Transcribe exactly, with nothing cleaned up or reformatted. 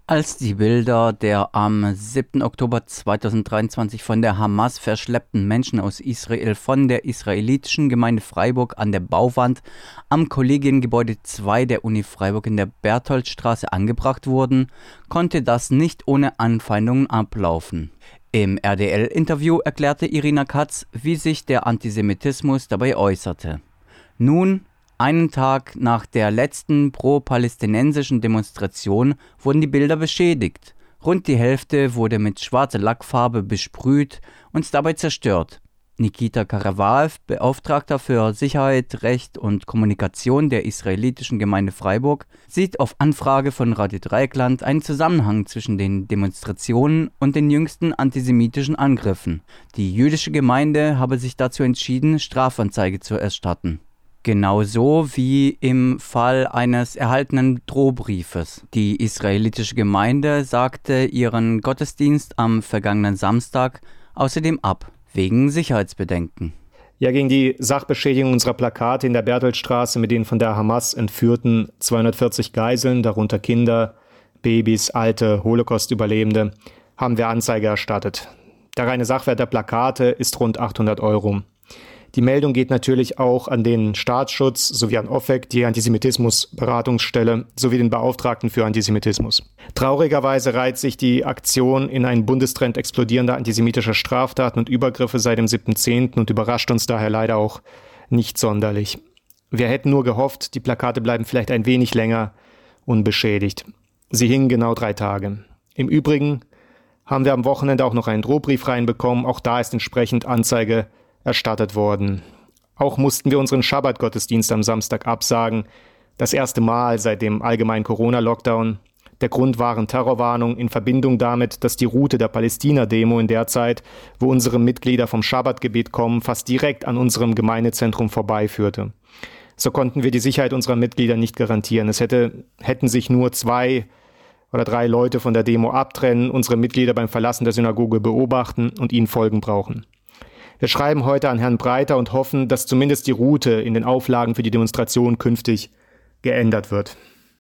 Als die Bilder der am siebten Oktober zweitausenddreiundzwanzig von der Hamas verschleppten Menschen aus Israel von der israelitischen Gemeinde Freiburg an der Bauwand am Kollegiengebäude zwei der Uni Freiburg in der Bertholdstraße angebracht wurden, konnte das nicht ohne Anfeindungen ablaufen. Im R D L-Interview erklärte Irina Katz, wie sich der Antisemitismus dabei äußerte. Nun, einen Tag nach der letzten pro-palästinensischen Demonstration wurden die Bilder beschädigt. Rund die Hälfte wurde mit schwarzer Lackfarbe besprüht und dabei zerstört. Nikita Karavaev, Beauftragter für Sicherheit, Recht und Kommunikation der israelitischen Gemeinde Freiburg, sieht auf Anfrage von Radio Dreieckland einen Zusammenhang zwischen den Demonstrationen und den jüngsten antisemitischen Angriffen. Die jüdische Gemeinde habe sich dazu entschieden, Strafanzeige zu erstatten. Genauso wie im Fall eines erhaltenen Drohbriefes. Die israelitische Gemeinde sagte ihren Gottesdienst am vergangenen Samstag außerdem ab, wegen Sicherheitsbedenken. Ja, gegen die Sachbeschädigung unserer Plakate in der Bertholdstraße mit den von der Hamas entführten zweihundertvierzig Geiseln, darunter Kinder, Babys, alte Holocaust-Überlebende, haben wir Anzeige erstattet. Der reine Sachwert der Plakate ist rund achthundert Euro. Die Meldung geht natürlich auch an den Staatsschutz sowie an O F E C, die Antisemitismusberatungsstelle, sowie den Beauftragten für Antisemitismus. Traurigerweise reiht sich die Aktion in einen Bundestrend explodierender antisemitischer Straftaten und Übergriffe seit dem siebten zehnten und überrascht uns daher leider auch nicht sonderlich. Wir hätten nur gehofft, die Plakate bleiben vielleicht ein wenig länger unbeschädigt. Sie hingen genau drei Tage. Im Übrigen haben wir am Wochenende auch noch einen Drohbrief reinbekommen. Auch da ist entsprechend Anzeige erstattet worden. Auch mussten wir unseren Schabbat-Gottesdienst am Samstag absagen. Das erste Mal seit dem allgemeinen Corona-Lockdown. Der Grund waren Terrorwarnungen in Verbindung damit, dass die Route der Palästina-Demo in der Zeit, wo unsere Mitglieder vom Schabbatgebet kommen, fast direkt an unserem Gemeindezentrum vorbeiführte. So konnten wir die Sicherheit unserer Mitglieder nicht garantieren. Es hätte, hätten sich nur zwei oder drei Leute von der Demo abtrennen, unsere Mitglieder beim Verlassen der Synagoge beobachten und ihnen folgen brauchen. Wir schreiben heute an Herrn Breiter und hoffen, dass zumindest die Route in den Auflagen für die Demonstration künftig geändert wird.